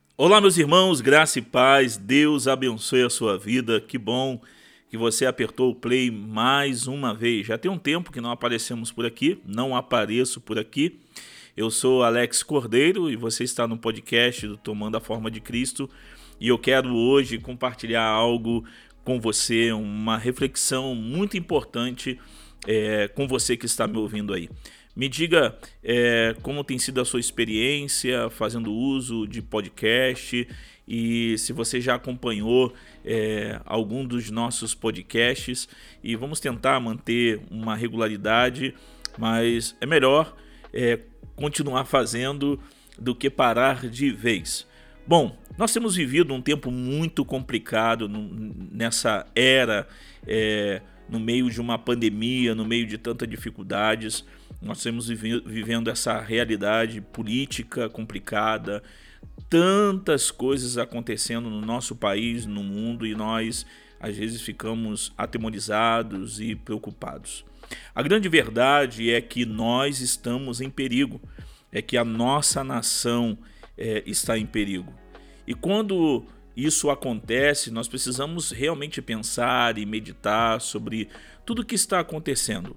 Olá, meus irmãos, graça e paz, Deus abençoe a sua vida. Que bom que você apertou o play mais uma vez. Já tem um tempo que não aparecemos por aqui, não apareço por aqui. Eu sou Alex Cordeiro e você está no podcast do Tomando a Forma de Cristo. E eu quero hoje compartilhar algo com você, uma reflexão muito importante com você que está me ouvindo aí. Me diga como tem sido a sua experiência fazendo uso de podcast e se você já acompanhou algum dos nossos podcasts, e vamos tentar manter uma regularidade, mas é melhor continuar fazendo do que parar de vez. Bom, nós temos vivido um tempo muito complicado nessa era, no meio de uma pandemia, no meio de tantas dificuldades. Nós estamos vivendo essa realidade política complicada, tantas coisas acontecendo no nosso país, no mundo, e nós às vezes ficamos atemorizados e preocupados. A grande verdade é que nós estamos em perigo, é que a nossa nação está em perigo. E quando isso acontece, nós precisamos realmente pensar e meditar sobre tudo o que está acontecendo,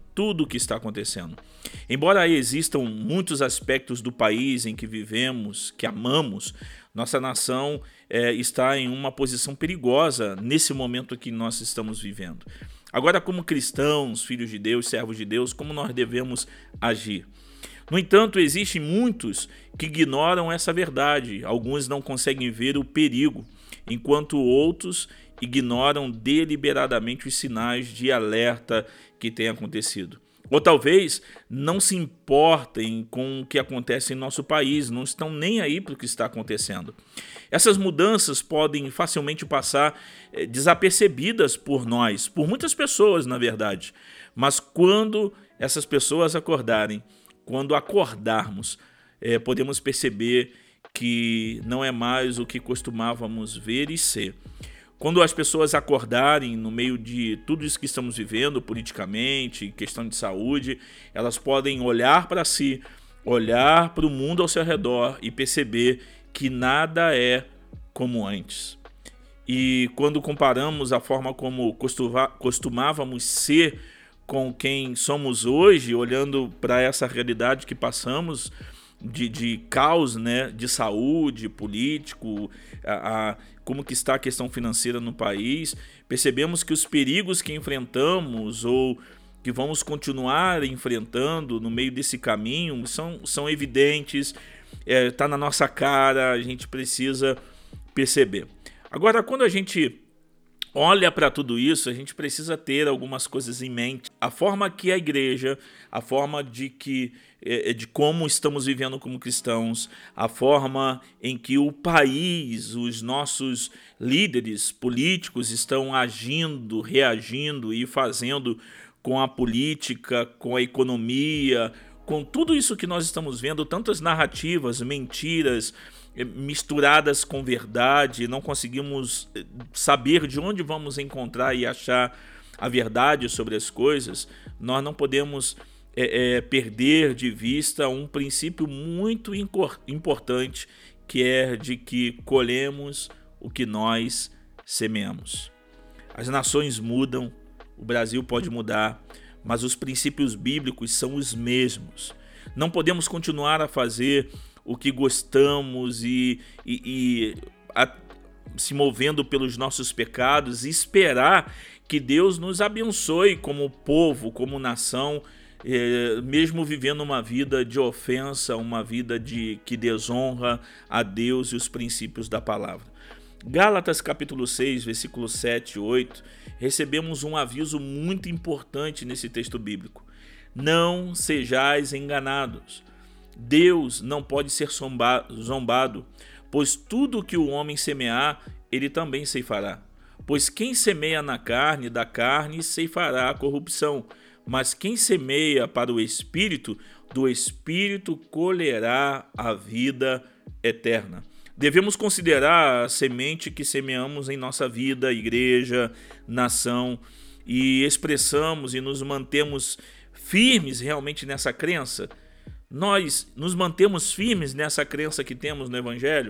Embora existam muitos aspectos do país em que vivemos, que amamos, nossa nação está em uma posição perigosa nesse momento que nós estamos vivendo. Agora, como cristãos, filhos de Deus, servos de Deus, como nós devemos agir? No entanto, existem muitos que ignoram essa verdade. Alguns não conseguem ver o perigo, enquanto outros ignoram deliberadamente os sinais de alerta que têm acontecido. Ou talvez não se importem com o que acontece em nosso país, não estão nem aí para o que está acontecendo. Essas mudanças podem facilmente passar desapercebidas por nós, por muitas pessoas, na verdade. Mas quando essas pessoas acordarem, quando acordarmos, podemos perceber que não é mais o que costumávamos ver e ser. Quando as pessoas acordarem no meio de tudo isso que estamos vivendo, politicamente, questão de saúde, elas podem olhar para si, olhar para o mundo ao seu redor e perceber que nada é como antes. E quando comparamos a forma como costumávamos ser com quem somos hoje, olhando para essa realidade que passamos, de caos, né, de saúde, político, como que está a questão financeira no país, percebemos que os perigos que enfrentamos ou que vamos continuar enfrentando no meio desse caminho são evidentes, está na nossa cara, a gente precisa perceber. Agora, quando a gente olha para tudo isso, a gente precisa ter algumas coisas em mente. A forma que a igreja, a forma de como estamos vivendo como cristãos, a forma em que o país, os nossos líderes políticos estão agindo, reagindo e fazendo com a política, com a economia, com tudo isso que nós estamos vendo, tantas narrativas, mentiras, misturadas com verdade, não conseguimos saber de onde vamos encontrar e achar a verdade sobre as coisas. Nós não podemos perder de vista um princípio muito importante, que é de que colhemos o que nós semeamos. As nações mudam, o Brasil pode mudar, mas os princípios bíblicos são os mesmos. Não podemos continuar a fazer o que gostamos se movendo pelos nossos pecados e esperar que Deus nos abençoe como povo, como nação, mesmo vivendo uma vida de ofensa, uma vida que desonra a Deus e os princípios da palavra. Gálatas capítulo 6, versículos 7 e 8, recebemos um aviso muito importante nesse texto bíblico. Não sejais enganados. Deus não pode ser zombado, pois tudo que o homem semear, ele também ceifará. Pois quem semeia na carne, da carne ceifará a corrupção, mas quem semeia para o Espírito, do Espírito colherá a vida eterna. Devemos considerar a semente que semeamos em nossa vida, igreja, nação, e expressamos e nos mantemos firmes realmente nessa crença. Nós nos mantemos firmes nessa crença que temos no Evangelho?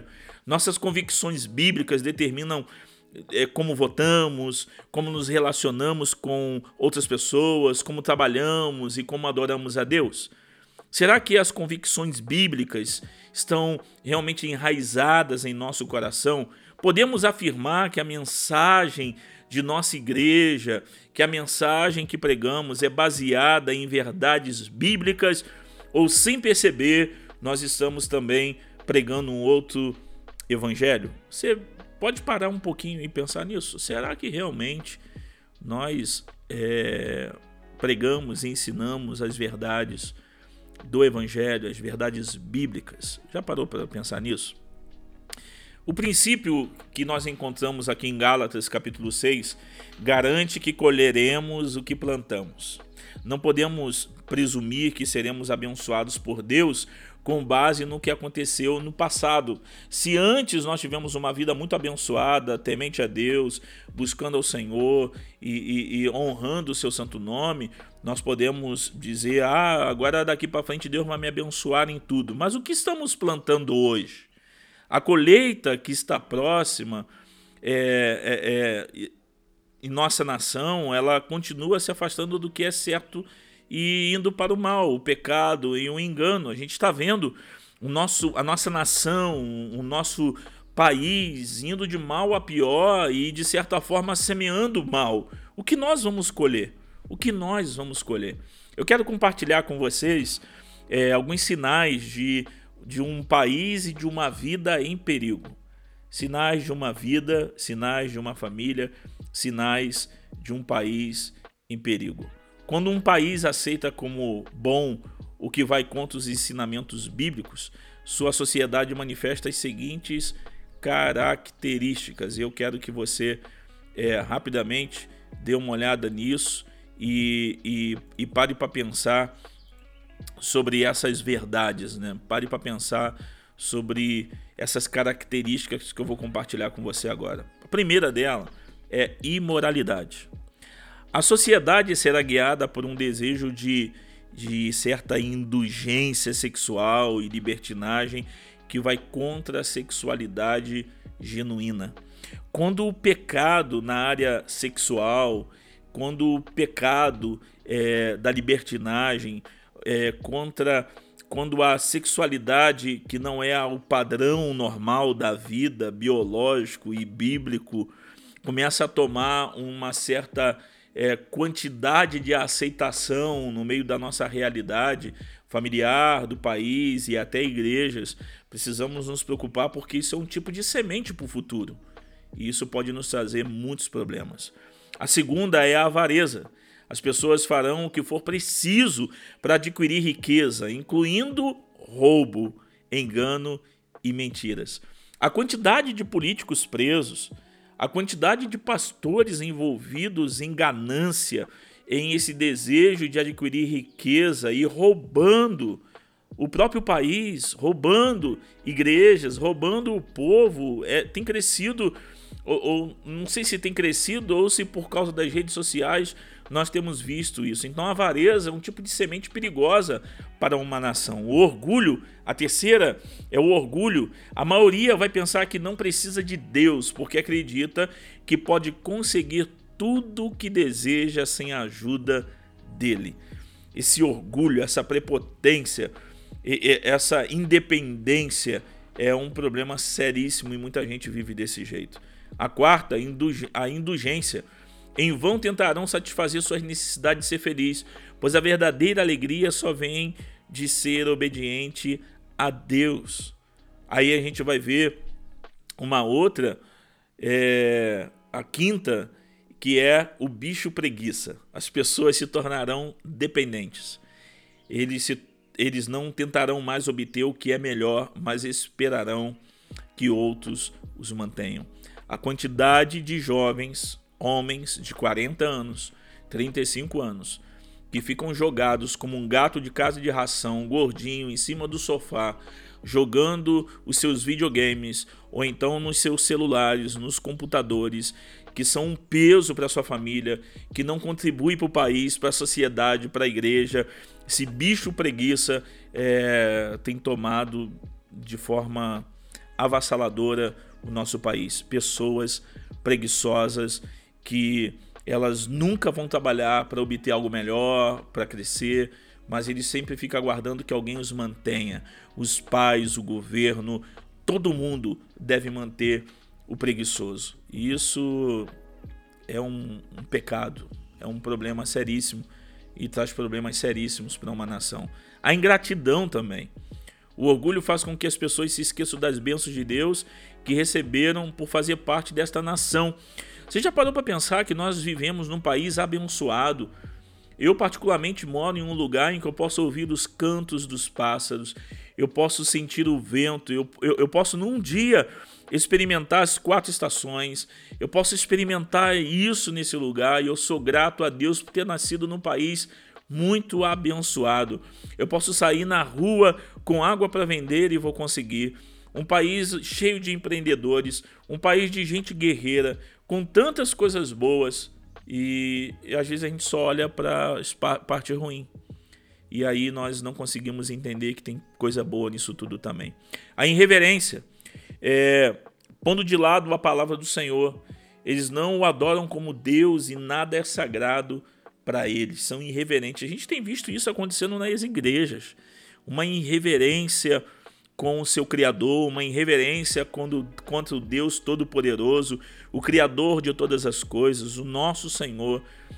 Nossas convicções bíblicas determinam como votamos, como nos relacionamos com outras pessoas, como trabalhamos e como adoramos a Deus? Será que as convicções bíblicas estão realmente enraizadas em nosso coração? Podemos afirmar que a mensagem de nossa igreja, que a mensagem que pregamos é baseada em verdades bíblicas, ou sem perceber, nós estamos também pregando um outro evangelho? Você pode parar um pouquinho e pensar nisso. Será que realmente nós pregamos e ensinamos as verdades do evangelho, as verdades bíblicas? Já parou para pensar nisso? O princípio que nós encontramos aqui em Gálatas capítulo 6 garante que colheremos o que plantamos. Não podemos presumir que seremos abençoados por Deus com base no que aconteceu no passado. Se antes nós tivemos uma vida muito abençoada, temente a Deus, buscando ao Senhor e honrando o seu santo nome, nós podemos dizer, agora daqui para frente Deus vai me abençoar em tudo. Mas o que estamos plantando hoje? A colheita que está próxima em nossa nação, ela continua se afastando do que é certo e indo para o mal, o pecado e o engano. A gente está vendo a nossa nação, o nosso país indo de mal a pior e, de certa forma, semeando mal. O que nós vamos colher? O que nós vamos colher? Eu quero compartilhar com vocês alguns sinais de um país e de uma vida em perigo. Sinais de uma vida, sinais de uma família, sinais de um país em perigo. Quando um país aceita como bom o que vai contra os ensinamentos bíblicos, sua sociedade manifesta as seguintes características. Eu quero que você rapidamente dê uma olhada nisso e pare para pensar sobre essas verdades, né? Pare para pensar sobre essas características que eu vou compartilhar com você agora. A primeira dela é imoralidade. A sociedade será guiada por um desejo de certa indulgência sexual e libertinagem que vai contra a sexualidade genuína. Quando o pecado na área sexual, quando o pecado da libertinagem, quando a sexualidade que não é o padrão normal da vida biológico e bíblico começa a tomar uma certa quantidade de aceitação no meio da nossa realidade familiar, do país e até igrejas, precisamos nos preocupar porque isso é um tipo de semente para o futuro e isso pode nos trazer muitos problemas. A segunda é a avareza. As pessoas farão o que for preciso para adquirir riqueza, incluindo roubo, engano e mentiras. A quantidade de políticos presos, a quantidade de pastores envolvidos em ganância, em esse desejo de adquirir riqueza e roubando o próprio país, roubando igrejas, roubando o povo, tem crescido, ou não sei se tem crescido ou se por causa das redes sociais nós temos visto isso. Então a avareza é um tipo de semente perigosa para uma nação. O orgulho, a terceira é o orgulho. A maioria vai pensar que não precisa de Deus porque acredita que pode conseguir tudo o que deseja sem a ajuda dele. Esse orgulho, essa prepotência, essa independência é um problema seríssimo e muita gente vive desse jeito. A quarta, a indulgência. Em vão tentarão satisfazer suas necessidades de ser feliz, pois a verdadeira alegria só vem de ser obediente a Deus. Aí a gente vai ver uma outra, a quinta, que é o bicho preguiça. As pessoas se tornarão dependentes. Eles não tentarão mais obter o que é melhor, mas esperarão que outros os mantenham. A quantidade de jovens, homens de 40 anos, 35 anos, que ficam jogados como um gato de casa de ração, gordinho, em cima do sofá, jogando os seus videogames, ou então nos seus celulares, nos computadores, que são um peso para sua família, que não contribui para o país, para a sociedade, para a igreja. Esse bicho preguiça tem tomado de forma avassaladora o nosso país. Pessoas preguiçosas que elas nunca vão trabalhar para obter algo melhor, para crescer, mas eles sempre ficam aguardando que alguém os mantenha. Os pais, o governo, todo mundo deve manter o preguiçoso. E isso é um pecado, é um problema seríssimo e traz problemas seríssimos para uma nação. A ingratidão também. O orgulho faz com que as pessoas se esqueçam das bênçãos de Deus que receberam por fazer parte desta nação. Você já parou para pensar que nós vivemos num país abençoado? Eu particularmente moro em um lugar em que eu posso ouvir os cantos dos pássaros, eu posso sentir o vento, eu posso num dia experimentar as 4 estações, eu posso experimentar isso nesse lugar e eu sou grato a Deus por ter nascido num país muito abençoado. Eu posso sair na rua com água para vender e vou conseguir. Um país cheio de empreendedores, um país de gente guerreira, com tantas coisas boas e às vezes a gente só olha para a parte ruim. E aí nós não conseguimos entender que tem coisa boa nisso tudo também. A irreverência, pondo de lado a palavra do Senhor. Eles não o adoram como Deus e nada é sagrado para eles, são irreverentes. A gente tem visto isso acontecendo nas igrejas, uma irreverência com o seu Criador, uma irreverência contra o Deus Todo-Poderoso, o Criador de todas as coisas, o nosso Senhor.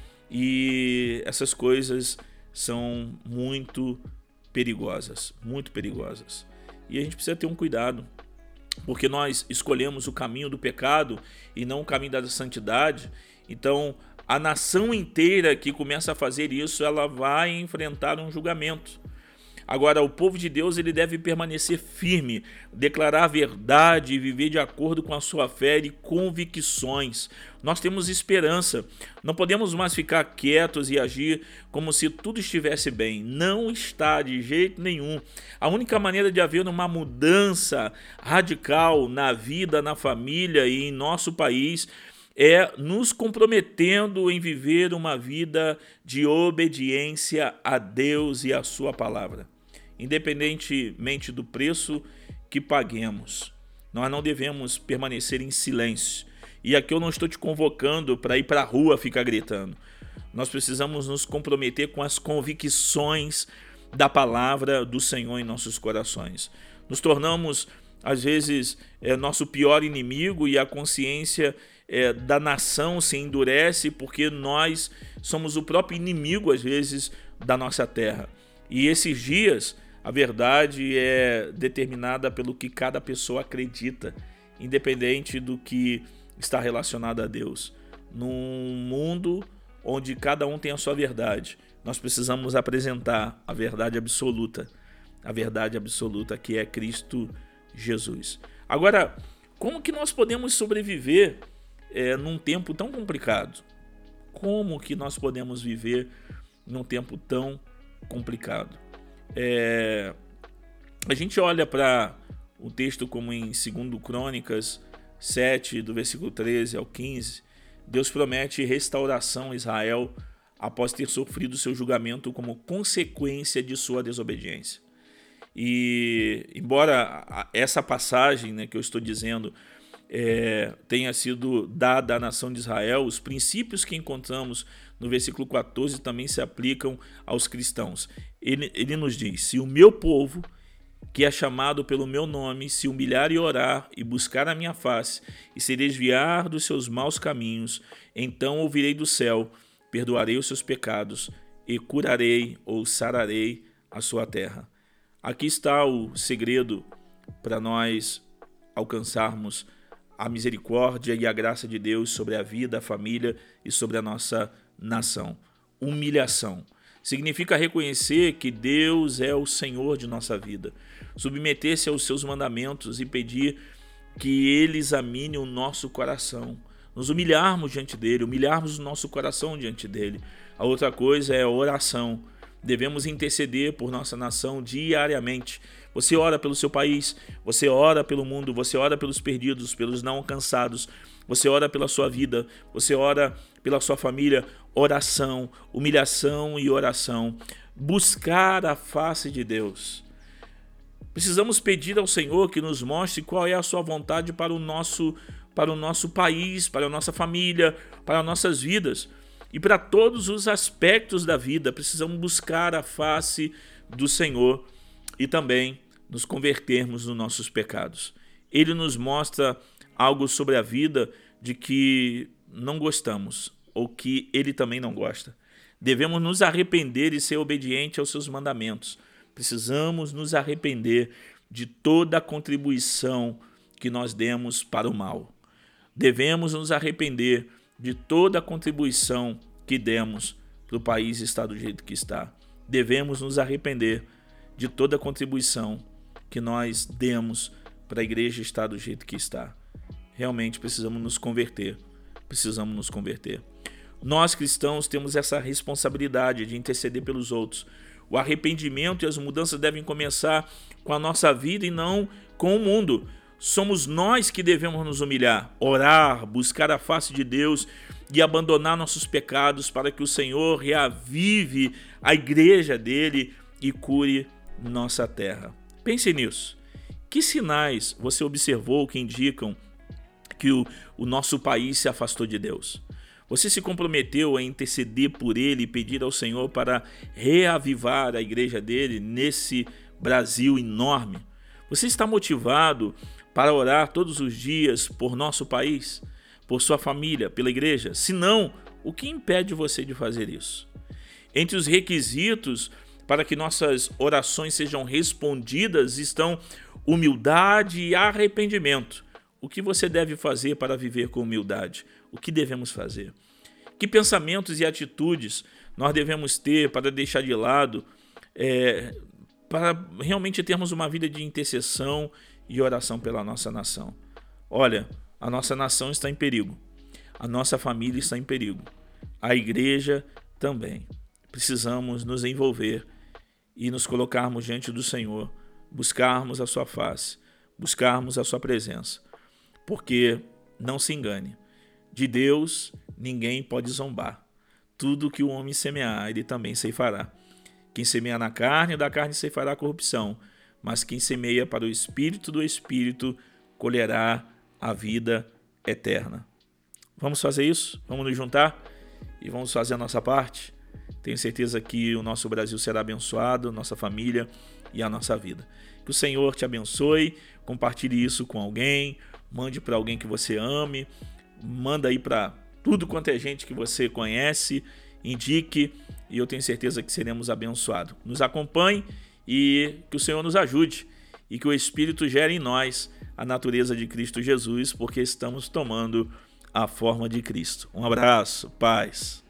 E essas coisas são muito perigosas, muito perigosas. E a gente precisa ter um cuidado, porque nós escolhemos o caminho do pecado e não o caminho da santidade. Então, a nação inteira que começa a fazer isso, ela vai enfrentar um julgamento. Agora, o povo de Deus, ele deve permanecer firme, declarar a verdade e viver de acordo com a sua fé e convicções. Nós temos esperança. Não podemos mais ficar quietos e agir como se tudo estivesse bem. Não está de jeito nenhum. A única maneira de haver uma mudança radical na vida, na família e em nosso país é nos comprometendo em viver uma vida de obediência a Deus e a sua palavra. Independentemente do preço que paguemos, nós não devemos permanecer em silêncio. E aqui eu não estou te convocando para ir para a rua ficar gritando. Nós precisamos nos comprometer com as convicções da palavra do Senhor em nossos corações. Nos tornamos, às vezes, nosso pior inimigo e a consciência da nação se endurece porque nós somos o próprio inimigo, às vezes, da nossa terra. E esses dias, a verdade é determinada pelo que cada pessoa acredita, independente do que está relacionado a Deus. Num mundo onde cada um tem a sua verdade, nós precisamos apresentar a verdade absoluta que é Cristo Jesus. Agora, como que nós podemos sobreviver num tempo tão complicado? Como que nós podemos viver num tempo tão complicado? A gente olha para o texto como em 2 Crônicas 7, do versículo 13 ao 15, Deus promete restauração a Israel após ter sofrido seu julgamento como consequência de sua desobediência. E embora essa passagem, que eu estou dizendo tenha sido dada à nação de Israel, os princípios que encontramos no versículo 14 também se aplicam aos cristãos. Ele nos diz: se o meu povo, que é chamado pelo meu nome, se humilhar e orar e buscar a minha face e se desviar dos seus maus caminhos, então ouvirei do céu, perdoarei os seus pecados e curarei ou sararei a sua terra. Aqui está o segredo para nós alcançarmos a misericórdia e a graça de Deus sobre a vida, a família e sobre a nossa nação. Humilhação significa reconhecer que Deus é o Senhor de nossa vida, submeter-se aos seus mandamentos e pedir que Ele examine o nosso coração, nos humilharmos diante dEle, humilharmos o nosso coração diante dEle. A outra coisa é a oração. Devemos interceder por nossa nação diariamente. Você ora pelo seu país, você ora pelo mundo, você ora pelos perdidos, pelos não alcançados, você ora pela sua vida, você ora pela sua família. Oração, humilhação e oração. Buscar a face de Deus. Precisamos pedir ao Senhor que nos mostre qual é a sua vontade para o nosso país, para a nossa família, para as nossas vidas. E para todos os aspectos da vida, precisamos buscar a face do Senhor e também nos convertermos nos nossos pecados. Ele nos mostra algo sobre a vida de que não gostamos, ou que ele também não gosta. Devemos nos arrepender e ser obedientes aos seus mandamentos. Precisamos nos arrepender de toda a contribuição que nós demos para o mal. Devemos nos arrepender de toda a contribuição que demos para o país estar do jeito que está. Devemos nos arrepender de toda a contribuição que nós demos para a igreja estar do jeito que está. Realmente precisamos nos converter. Precisamos nos converter. Nós cristãos temos essa responsabilidade de interceder pelos outros. O arrependimento e as mudanças devem começar com a nossa vida e não com o mundo. Somos nós que devemos nos humilhar, orar, buscar a face de Deus e abandonar nossos pecados para que o Senhor reavive a igreja dele e cure nossa terra. Pense nisso. Que sinais você observou que indicam que o nosso país se afastou de Deus? Você se comprometeu a interceder por ele e pedir ao Senhor para reavivar a igreja dele nesse Brasil enorme? Você está motivado para orar todos os dias por nosso país, por sua família, pela igreja? Se não, o que impede você de fazer isso? Entre os requisitos para que nossas orações sejam respondidas estão humildade e arrependimento. O que você deve fazer para viver com humildade? O que devemos fazer? Que pensamentos e atitudes nós devemos ter para deixar de lado, para realmente termos uma vida de intercessão e oração pela nossa nação? Olha, a nossa nação está em perigo. A nossa família está em perigo. A igreja também. Precisamos nos envolver e nos colocarmos diante do Senhor, buscarmos a sua face, buscarmos a sua presença. Porque, não se engane, de Deus ninguém pode zombar. Tudo que o homem semear, ele também ceifará. Quem semeia na carne, da carne ceifará a corrupção, mas quem semeia para o Espírito do Espírito, colherá a vida eterna. Vamos fazer isso? Vamos nos juntar e vamos fazer a nossa parte? Tenho certeza que o nosso Brasil será abençoado, nossa família e a nossa vida. Que o Senhor te abençoe, compartilhe isso com alguém, mande para alguém que você ame, manda aí para tudo quanto é gente que você conhece, indique, e eu tenho certeza que seremos abençoados. Nos acompanhe e que o Senhor nos ajude e que o Espírito gere em nós a natureza de Cristo Jesus, porque estamos tomando a forma de Cristo. Um abraço, paz.